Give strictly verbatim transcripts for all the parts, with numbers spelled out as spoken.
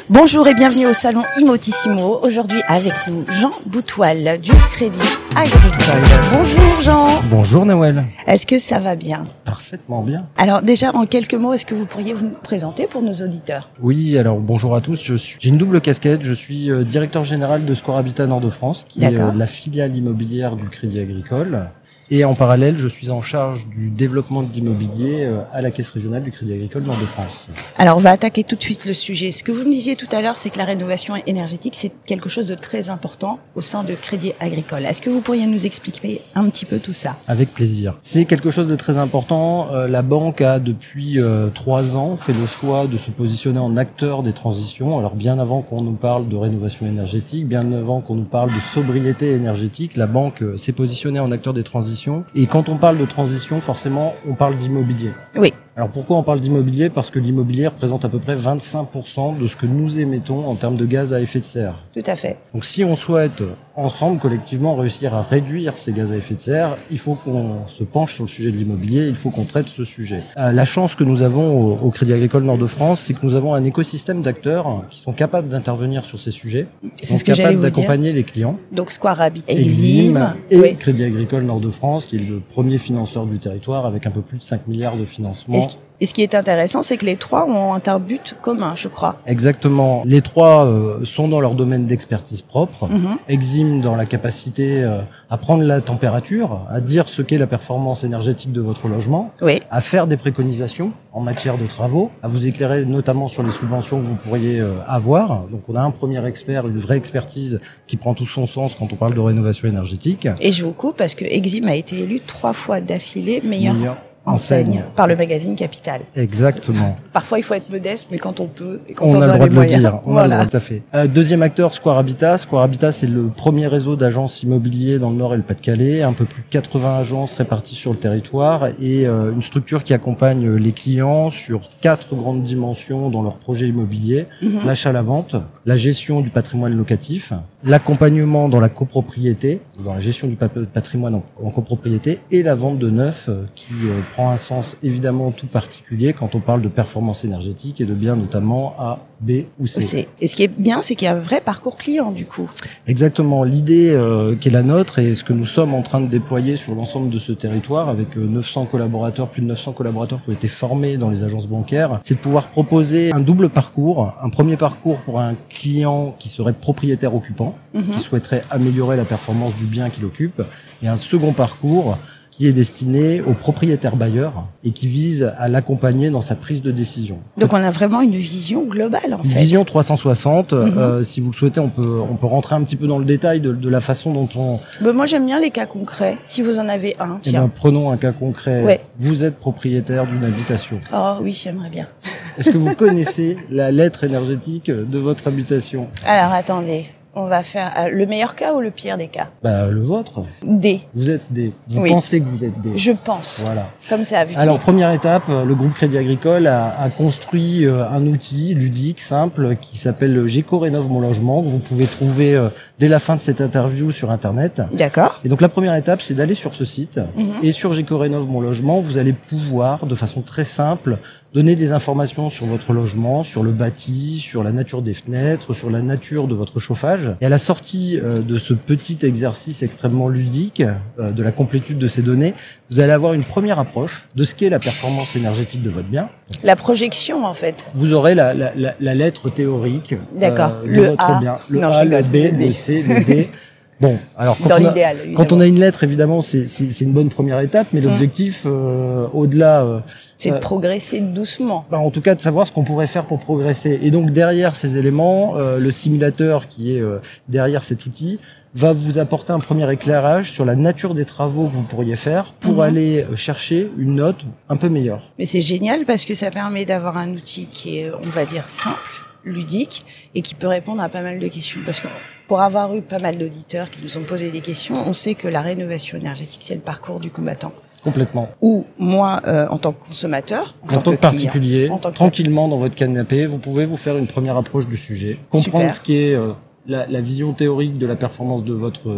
Bonjour et bienvenue au salon Immotissimo. Aujourd'hui avec nous Jean Boutoil du Crédit Agricole. Bonjour Jean. Bonjour Nawel. Est-ce que ça va bien? Parfaitement bien. Alors déjà en quelques mots, est-ce que vous pourriez vous présenter pour nos auditeurs? Oui, alors bonjour à tous. Je suis, j'ai une double casquette. Je suis euh, directeur général de Square Habitat Nord de France, qui D'accord. est euh, la filiale immobilière du Crédit Agricole. Et en parallèle, je suis en charge du développement de l'immobilier euh, à la Caisse régionale du Crédit Agricole Nord de France. Alors on va attaquer tout de suite le sujet. Ce que vous me disiez tout à l'heure, c'est que la rénovation énergétique, c'est quelque chose de très important au sein de Crédit Agricole. Est-ce que vous pourriez nous expliquer un petit peu tout ça? Avec plaisir. C'est quelque chose de très important. Euh, la banque a depuis euh, trois ans fait le choix de se positionner en acteur des transitions. Alors bien avant qu'on nous parle de rénovation énergétique, bien avant qu'on nous parle de sobriété énergétique, la banque euh, s'est positionnée en acteur des transitions. Et quand on parle de transition, forcément, on parle d'immobilier. Oui. Alors pourquoi on parle d'immobilier? Parce que l'immobilier représente à peu près vingt-cinq pour cent de ce que nous émettons en termes de gaz à effet de serre. Tout à fait. Donc si on souhaite ensemble, collectivement, réussir à réduire ces gaz à effet de serre, il faut qu'on se penche sur le sujet de l'immobilier, il faut qu'on traite ce sujet. Euh, la chance que nous avons au, au Crédit Agricole Nord de France, c'est que nous avons un écosystème d'acteurs qui sont capables d'intervenir sur ces sujets, qui sont ce que capables vous d'accompagner dire. les clients. Donc Square Habitat, Exim Exim et oui. Crédit Agricole Nord de France, qui est le premier financeur du territoire avec un peu plus de cinq milliards de financement. Et ce, qui, et ce qui est intéressant, c'est que les trois ont un but commun, je crois. Exactement. Les trois euh, sont dans leur domaine d'expertise propre. Mm-hmm. Exim dans la capacité euh, à prendre la température, à dire ce qu'est la performance énergétique de votre logement, oui. à faire des préconisations en matière de travaux, à vous éclairer notamment sur les subventions que vous pourriez euh, avoir. Donc on a un premier expert, une vraie expertise qui prend tout son sens quand on parle de rénovation énergétique. Et je vous coupe parce que Exim a été élu trois fois d'affilée meilleur, meilleur enseigne, enseigne par le magazine Capital. Exactement. Parfois, il faut être modeste, mais quand on peut et quand on, on, on a doit le droit les de moyens. le dire. On voilà. a le droit, tout à fait. Euh, deuxième acteur, Square Habitat. Square Habitat, c'est le premier réseau d'agences immobilières dans le Nord et le Pas-de-Calais. Un peu plus de quatre-vingts agences réparties sur le territoire et euh, une structure qui accompagne les clients sur quatre grandes dimensions dans leur projet immobilier. Mm-hmm. L'achat, la vente, la gestion du patrimoine locatif, l'accompagnement dans la copropriété, dans la gestion du patrimoine en, en copropriété et la vente de neuf euh, qui euh, prend un sens évidemment tout particulier quand on parle de performance énergétique et de biens notamment A, B ou C. C. Et ce qui est bien, c'est qu'il y a un vrai parcours client du coup. Exactement. L'idée euh, qui est la nôtre et ce que nous sommes en train de déployer sur l'ensemble de ce territoire avec euh, neuf cents collaborateurs, plus de neuf cents collaborateurs qui ont été formés dans les agences bancaires, c'est de pouvoir proposer un double parcours. Un premier parcours pour un client qui serait propriétaire occupant, mmh. qui souhaiterait améliorer la performance du bien qu'il occupe, et un second parcours qui est destiné aux propriétaires bailleurs et qui vise à l'accompagner dans sa prise de décision. Donc on a vraiment une vision globale en une fait. Une vision trois cent soixante. Mm-hmm. Euh, si vous le souhaitez, on peut on peut rentrer un petit peu dans le détail de, de la façon dont on. Ben moi j'aime bien les cas concrets. Si vous en avez un, tiens. Eh ben, prenons un cas concret. Ouais. Vous êtes propriétaire d'une habitation. Oh oui, j'aimerais bien. Est-ce que vous connaissez la lettre énergétique de votre habitation? Alors attendez. On va faire euh, le meilleur cas ou le pire des cas? Bah le vôtre. D. Vous êtes D. Vous oui. pensez que vous êtes D. Je pense. Voilà. Comme ça. Vu Alors première étape, le groupe Crédit Agricole a, a construit euh, un outil ludique simple qui s'appelle Géco Rénove mon logement que vous pouvez trouver euh, dès la fin de cette interview sur internet. D'accord. Et donc la première étape, c'est d'aller sur ce site mm-hmm. et sur Géco Rénove mon logement, vous allez pouvoir de façon très simple donner des informations sur votre logement, sur le bâti, sur la nature des fenêtres, sur la nature de votre chauffage. Et à la sortie euh, de ce petit exercice extrêmement ludique, euh, de la complétude de ces données, vous allez avoir une première approche de ce qu'est la performance énergétique de votre bien. La projection, en fait. Vous aurez la, la, la, la lettre théorique D'accord. Euh, de le votre A. bien. Le non, A, le rigole, B, le B, le C, le D. Bon, alors quand, Dans on a, l'idéal, quand on a une lettre, évidemment, c'est, c'est, c'est une bonne première étape, mais l'objectif, euh, au-delà... Euh, c'est de euh, progresser doucement. Bah en tout cas, de savoir ce qu'on pourrait faire pour progresser. Et donc, derrière ces éléments, euh, le simulateur qui est euh, derrière cet outil va vous apporter un premier éclairage sur la nature des travaux que vous pourriez faire pour mmh. aller chercher une note un peu meilleure. Mais c'est génial parce que ça permet d'avoir un outil qui est, on va dire, simple, ludique et qui peut répondre à pas mal de questions. Parce que pour avoir eu pas mal d'auditeurs qui nous ont posé des questions, on sait que la rénovation énergétique, c'est le parcours du combattant. Complètement. Ou moi, euh, en tant que consommateur, en, en tant, tant que, que particulier, client, en tant que tranquillement dans votre canapé, vous pouvez vous faire une première approche du sujet, comprendre Super. ce qui est euh, la, la vision théorique de la performance de votre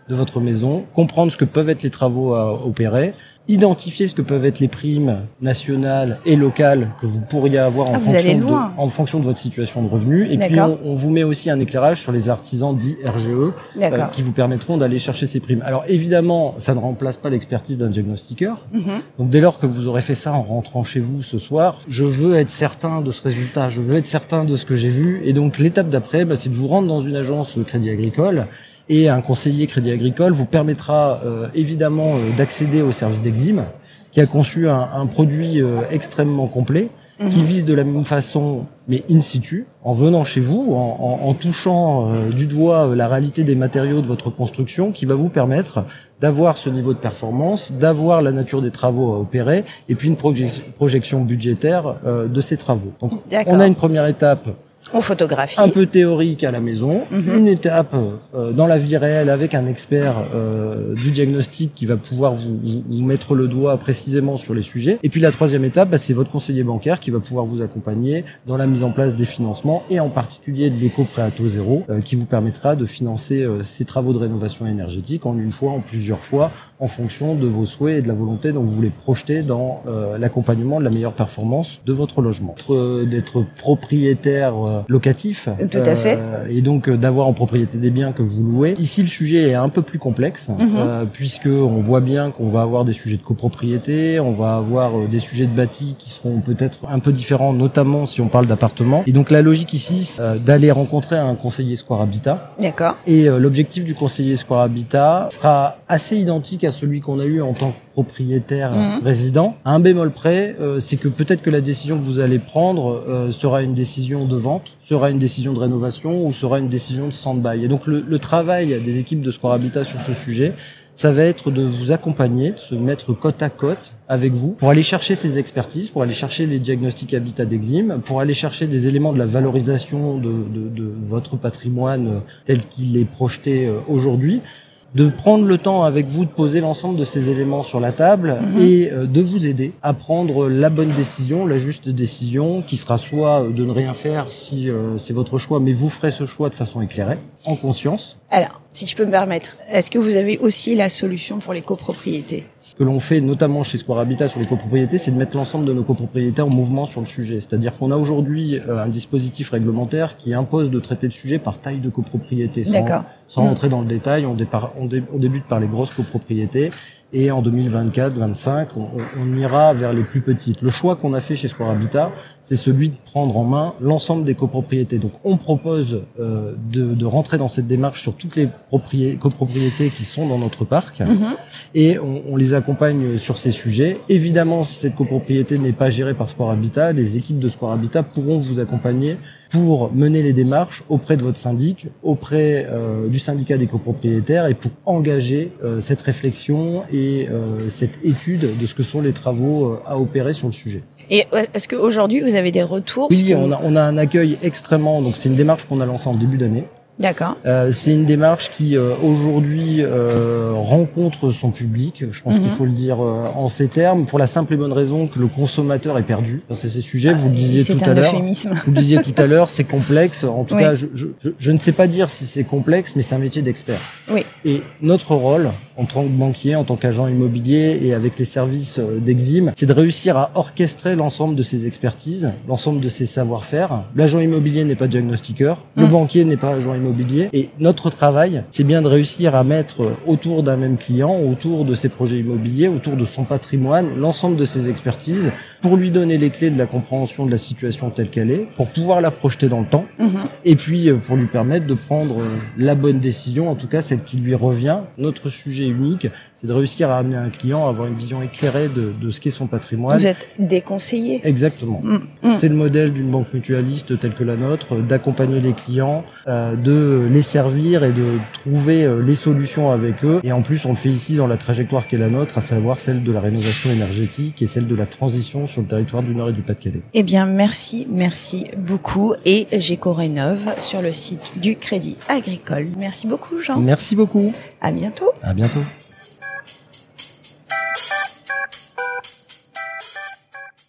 de votre maison, comprendre ce que peuvent être les travaux à opérer, identifier ce que peuvent être les primes nationales et locales que vous pourriez avoir en, ah, fonction, de, en fonction de votre situation de revenus. Et puis, on, on vous met aussi un éclairage sur les artisans dits R G E euh, qui vous permettront d'aller chercher ces primes. Alors, évidemment, ça ne remplace pas l'expertise d'un diagnostiqueur. Mm-hmm. Donc, dès lors que vous aurez fait ça en rentrant chez vous ce soir, je veux être certain de ce résultat, je veux être certain de ce que j'ai vu. Et donc, l'étape d'après, bah, c'est de vous rendre dans une agence Crédit Agricole. Et un conseiller Crédit Agricole vous permettra euh, évidemment euh, d'accéder au service d'Exim, qui a conçu un, un produit euh, extrêmement complet, mmh. qui vise de la même façon, mais in situ, en venant chez vous, en, en, en touchant euh, du doigt euh, la réalité des matériaux de votre construction, qui va vous permettre d'avoir ce niveau de performance, d'avoir la nature des travaux à opérer, et puis une proje- projection budgétaire euh, de ces travaux. Donc, on a une première étape. On photographie. Un peu théorique à la maison, mm-hmm. une étape euh, dans la vie réelle avec un expert euh, du diagnostic qui va pouvoir vous, vous, vous mettre le doigt précisément sur les sujets. Et puis la troisième étape, bah, c'est votre conseiller bancaire qui va pouvoir vous accompagner dans la mise en place des financements et en particulier de l'éco-prêt à taux zéro euh, qui vous permettra de financer euh, ces travaux de rénovation énergétique en une fois, en plusieurs fois, en fonction de vos souhaits et de la volonté dont vous voulez projeter dans euh, l'accompagnement de la meilleure performance de votre logement. D'être, d'être propriétaire euh, locatif. Tout à fait. Euh, et donc euh, d'avoir en propriété des biens que vous louez. Ici, le sujet est un peu plus complexe, mm-hmm. euh, puisque on voit bien qu'on va avoir des sujets de copropriété, on va avoir euh, des sujets de bâti qui seront peut-être un peu différents, notamment si on parle d'appartements. Et donc la logique ici, c'est euh, d'aller rencontrer un conseiller Square Habitat. D'accord. Et euh, l'objectif du conseiller Square Habitat sera assez identique à celui qu'on a eu en tant que propriétaire mmh. résident. À un bémol près, euh, c'est que peut-être que la décision que vous allez prendre euh, sera une décision de vente, sera une décision de rénovation ou sera une décision de stand-by. Et donc le, le travail des équipes de Square Habitat sur ce sujet, ça va être de vous accompagner, de se mettre côte à côte avec vous pour aller chercher ces expertises, pour aller chercher les diagnostics habitat d'Exim, pour aller chercher des éléments de la valorisation de, de, de votre patrimoine tel qu'il est projeté aujourd'hui, de prendre le temps avec vous de poser l'ensemble de ces éléments sur la table mmh. et euh, de vous aider à prendre la bonne décision, la juste décision, qui sera soit de ne rien faire si euh, c'est votre choix, mais vous ferez ce choix de façon éclairée, en conscience. Alors, si je peux me permettre, est-ce que vous avez aussi la solution pour les copropriétés ? Ce que l'on fait notamment chez Square Habitat sur les copropriétés, c'est de mettre l'ensemble de nos copropriétaires en mouvement sur le sujet. C'est-à-dire qu'on a aujourd'hui euh, un dispositif réglementaire qui impose de traiter le sujet par taille de copropriété. Sans, D'accord. Sans mmh. rentrer dans le détail, on, départ, on, dé, on débute par les grosses copropriétés. Et en deux mille vingt-quatre vingt-cinq, on, on ira vers les plus petites. Le choix qu'on a fait chez Square Habitat, c'est celui de prendre en main l'ensemble des copropriétés. Donc, on propose euh, de, de rentrer dans cette démarche sur toutes les propriétés, copropriétés qui sont dans notre parc, mmh. et on, on les accompagne sur ces sujets. Évidemment, si cette copropriété n'est pas gérée par Square Habitat, les équipes de Square Habitat pourront vous accompagner pour mener les démarches auprès de votre syndic, auprès euh, du syndicat des copropriétaires, et pour engager euh, cette réflexion et euh, cette étude de ce que sont les travaux euh, à opérer sur le sujet. Et est-ce qu'aujourd'hui, vous avez des retours? Oui, on a, on a un accueil extrêmement... Donc, c'est une démarche qu'on a lancée en début d'année. D'accord. Euh, c'est une démarche qui euh, aujourd'hui euh, rencontre son public. Je pense mm-hmm. qu'il faut le dire euh, en ces termes, pour la simple et bonne raison que le consommateur est perdu dans ces sujets. Vous le disiez c'est tout un à l'heure. Euphémisme. Vous le disiez tout à l'heure, c'est complexe. En tout oui. cas, je, je, je, je ne sais pas dire si c'est complexe, mais c'est un métier d'expert. Oui. Et notre rôle, en tant que banquier, en tant qu'agent immobilier et avec les services d'Exim, c'est de réussir à orchestrer l'ensemble de ces expertises, l'ensemble de ces savoir-faire. L'agent immobilier n'est pas diagnostiqueur, mmh. le banquier n'est pas agent immobilier. Et notre travail, c'est bien de réussir à mettre autour d'un même client, autour de ses projets immobiliers, autour de son patrimoine, l'ensemble de ses expertises, pour lui donner les clés de la compréhension de la situation telle qu'elle est, pour pouvoir la projeter dans le temps, mmh. et puis pour lui permettre de prendre la bonne décision, en tout cas celle qui lui revient. Notre sujet unique, c'est de réussir à amener un client à avoir une vision éclairée de, de ce qu'est son patrimoine. Vous êtes des conseillers. Exactement. Mmh. Mmh. C'est le modèle d'une banque mutualiste telle que la nôtre, d'accompagner les clients, euh, de les servir et de trouver euh, les solutions avec eux. Et en plus, on le fait ici dans la trajectoire qui est la nôtre, à savoir celle de la rénovation énergétique et celle de la transition sur le territoire du Nord et du Pas-de-Calais. Eh bien, merci, merci beaucoup. Et j'éco-rénove sur le site du Crédit Agricole. Merci beaucoup, Jean. Merci beaucoup. À bientôt. À bientôt.